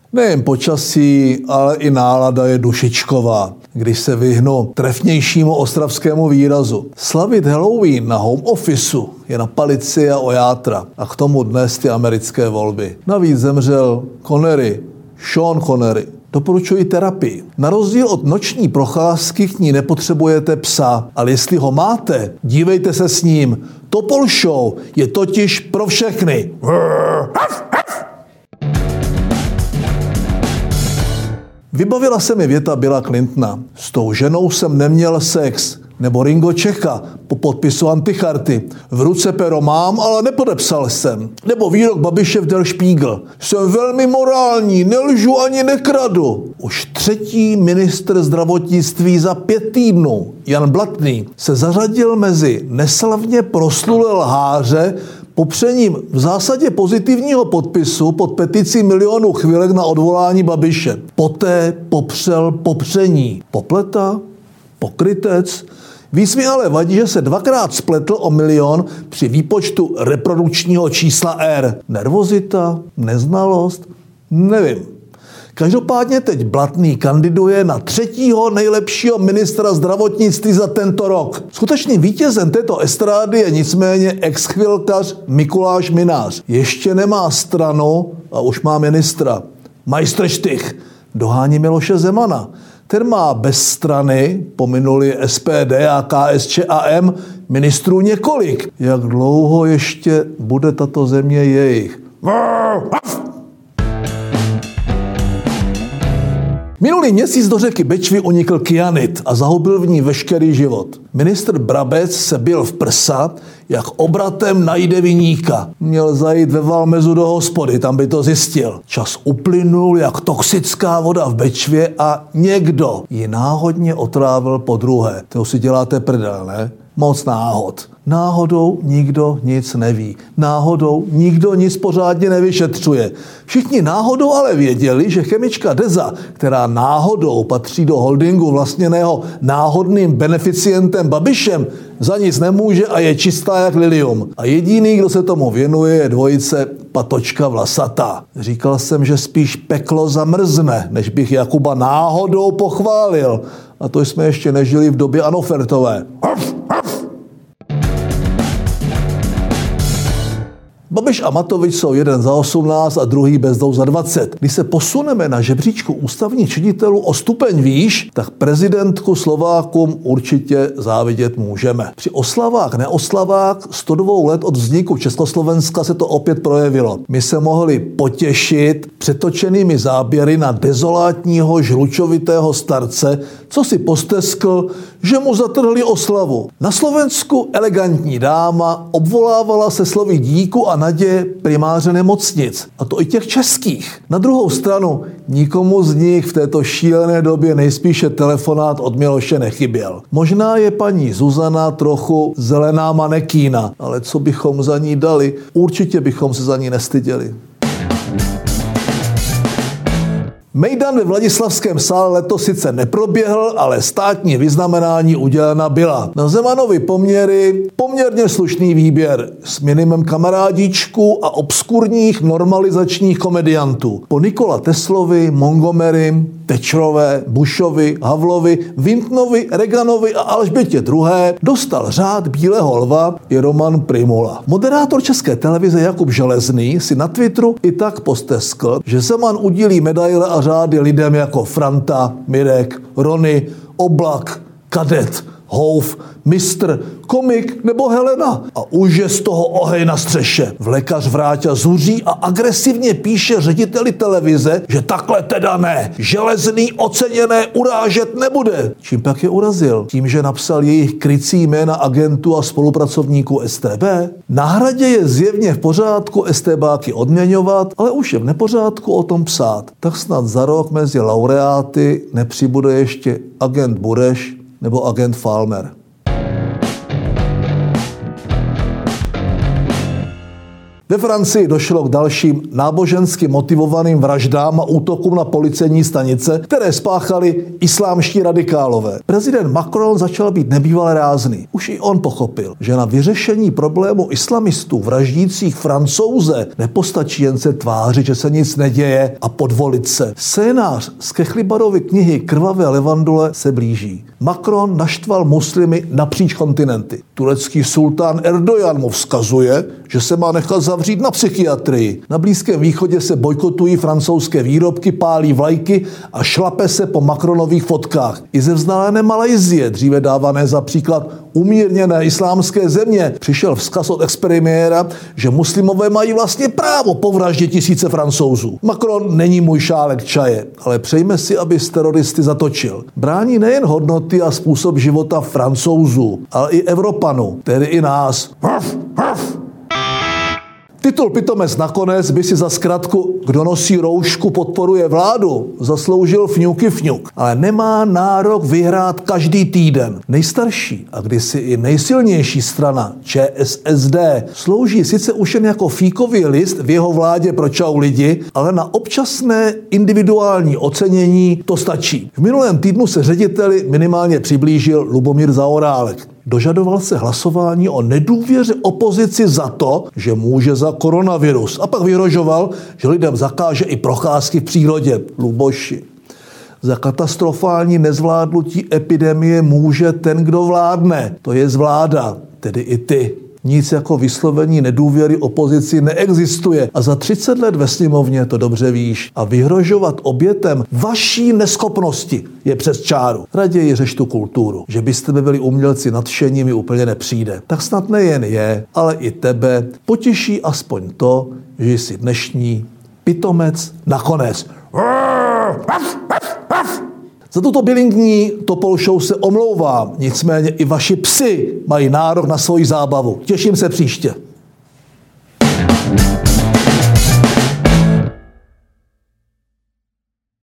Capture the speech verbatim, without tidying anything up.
Nejen počasí, ale i nálada je dušičková, když se vyhnu trefnějšímu ostravskému výrazu. Slavit Halloween na home officeu je na palici a o játra. A k tomu dnes ty americké volby. Navíc zemřel Connery, Sean Connery. Doporučuji terapii. Na rozdíl od noční procházky k ní nepotřebujete psa, ale jestli ho máte, dívejte se s ním. Topol Show je totiž pro všechny. Vybavila se mi věta Billa Clintona. S tou ženou jsem neměl sex. Nebo Ringo Čecha po podpisu Anticharty. V ruce pero mám, ale nepodepsal jsem. Nebo výrok Babiše v Der Spiegel. Jsem velmi morální, nelžu ani nekradu. Už třetí ministr zdravotnictví za pět týdnů, Jan Blatný, se zařadil mezi neslavně proslulé lháře popřením v zásadě pozitivního podpisu pod petici milionů chvilek na odvolání Babiše. Poté popřel popření. Popleta? Pokrytec? Víc mi ale vadí, že se dvakrát spletl o milion při výpočtu reprodukčního čísla R. Nervozita? Neznalost? Nevím. Každopádně teď Blatný kandiduje na třetího nejlepšího ministra zdravotnictví za tento rok. Skutečným vítězem této estrády je nicméně ex-chvilkař Mikuláš Minář. Ještě nemá stranu a už má ministra. Majstrštych dohání Miloše Zemana. Ten má bez strany, pominuli S P D a K S Č A M, ministrů několik. Jak dlouho ještě bude tato země jejich? Minulý měsíc do řeky Bečvy unikl kyanid a zahubil v ní veškerý život. Ministr Brabec se bil v prsa, jak obratem najde viníka. Měl zajít ve Valmezu do hospody, tam by to zjistil. Čas uplynul jak toxická voda v Bečvě a někdo ji náhodně otrávil po druhé. To si děláte prdel, ne? Moc náhod. Náhodou nikdo nic neví. Náhodou nikdo nic pořádně nevyšetřuje. Všichni náhodou ale věděli, že chemička Deza, která náhodou patří do holdingu vlastněného náhodným beneficientem Babišem, za nic nemůže a je čistá jak lilium. A jediný, kdo se tomu věnuje, je dvojice Patočka Vlasatá. Říkal jsem, že spíš peklo zamrzne, než bych Jakuba náhodou pochválil. A to jsme ještě nežili v době Anofertové. Babiš a Matovič jsou jeden za osmnáct a druhý bezdou za dvacet. Když se posuneme na žebříčku ústavních činitelů o stupeň výš, tak prezidentku Slovákům určitě závidět můžeme. Při oslavách neoslavách sto dva let od vzniku Československa se to opět projevilo. My se mohli potěšit přetočenými záběry na dezolátního žlučovitého starce, co si posteskl, že mu zatrhli oslavu. Na Slovensku elegantní dáma obvolávala se slovy díku a naděje primáře nemocnic. A to i těch českých. Na druhou stranu nikomu z nich v této šílené době nejspíše telefonát od Miloše nechyběl. Možná je paní Zuzana trochu zelená manekína, ale co bychom za ní dali? Určitě bychom se za ní nestyděli. Mejdan ve Vladislavském sále letos sice neproběhl, ale státní vyznamenání udělena byla. Na Zemanovy poměry poměrně slušný výběr s minimem kamarádíčků a obskurních normalizačních komediantů. Po Nikola Teslovi, Montgomery, Thatcherové, Bushovi, Havlovi, Wintonovi, Reaganovi a Alžbětě druhé. dostal řád Bílého lva i Roman Primula. Moderátor České televize Jakub Železný si na Twitteru i tak posteskl, že Zeman udílí medaile a řády lidem jako Franta, Mirek, Rony, Oblak, Kadet, Houf, Mistr, Komik nebo Helena. A už je z toho oheň na střeše. Vlekař Vráťa zuří a agresivně píše řediteli televize, že takhle teda ne. Železný oceněné urážet nebude. Čím pak je urazil? Tím, že napsal jejich krycí jména agentů a spolupracovníků S T B? Na Hradě je zjevně v pořádku STBáky odměňovat, ale už je v nepořádku o tom psát. Tak snad za rok mezi laureáty nepřibude ještě agent Bureš nebo agent Falmer. Ve Francii došlo k dalším nábožensky motivovaným vraždám a útokům na policejní stanice, které spáchali islámští radikálové. Prezident Macron začal být nebývalé rázný. Už i on pochopil, že na vyřešení problému islamistů vraždících Francouze nepostačí jen se tvářit, že se nic neděje a podvolit se. Scénář z Kechlibarovy knihy Krvavé levandule se blíží. Macron naštval muslimy napříč kontinenty. Turecký sultán Erdogan mu vzkazuje, že se má nechat zavřít na psychiatrii. Na Blízkém východě se bojkotují francouzské výrobky, pálí vlajky a šlape se po Macronových fotkách. I ze vzdálené Malajsie, dříve dávané za příklad umírněné islámské země, přišel vzkaz od expremiéra, že muslimové mají vlastně právo povraždit tisíce Francouzů. Macron není můj šálek čaje, ale přejme si, aby s teroristy zatočil. Brání nejen hodnoty a způsob života Francouzů, ale i Evropanů, tedy i nás. Haf, haf. Titul pitomec nakonec by si za zkratku "kdo nosí roušku, podporuje vládu" zasloužil fňuky fňuk, ale nemá nárok vyhrát každý týden. Nejstarší a kdysi i nejsilnější strana ČSSD slouží sice už jen jako fíkový list v jeho vládě pro čau lidi, ale na občasné individuální ocenění to stačí. V minulém týdnu se řediteli minimálně přiblížil Lubomír Zaorálek. Dožadoval se hlasování o nedůvěře opozici za to, že může za koronavirus. A pak vyhrožoval, že lidem zakáže i procházky v přírodě. Luboši. Za katastrofální nezvládnutí epidemie může ten, kdo vládne. To je vláda, tedy i ty. Nic jako vyslovení nedůvěry opozici neexistuje a za třicet let ve sněmovně to dobře víš. A vyhrožovat obětem vaší neschopnosti je přes čáru. Raději řeš tu kulturu. Že byste byli umělci nadšení, mi úplně nepřijde. Tak snad nejen je, ale i tebe potěší aspoň to, že jsi dnešní pitomec nakonec. Za tuto bilingní Topol Show se omlouvám, nicméně i vaši psi mají nárok na svoji zábavu. Těším se příště.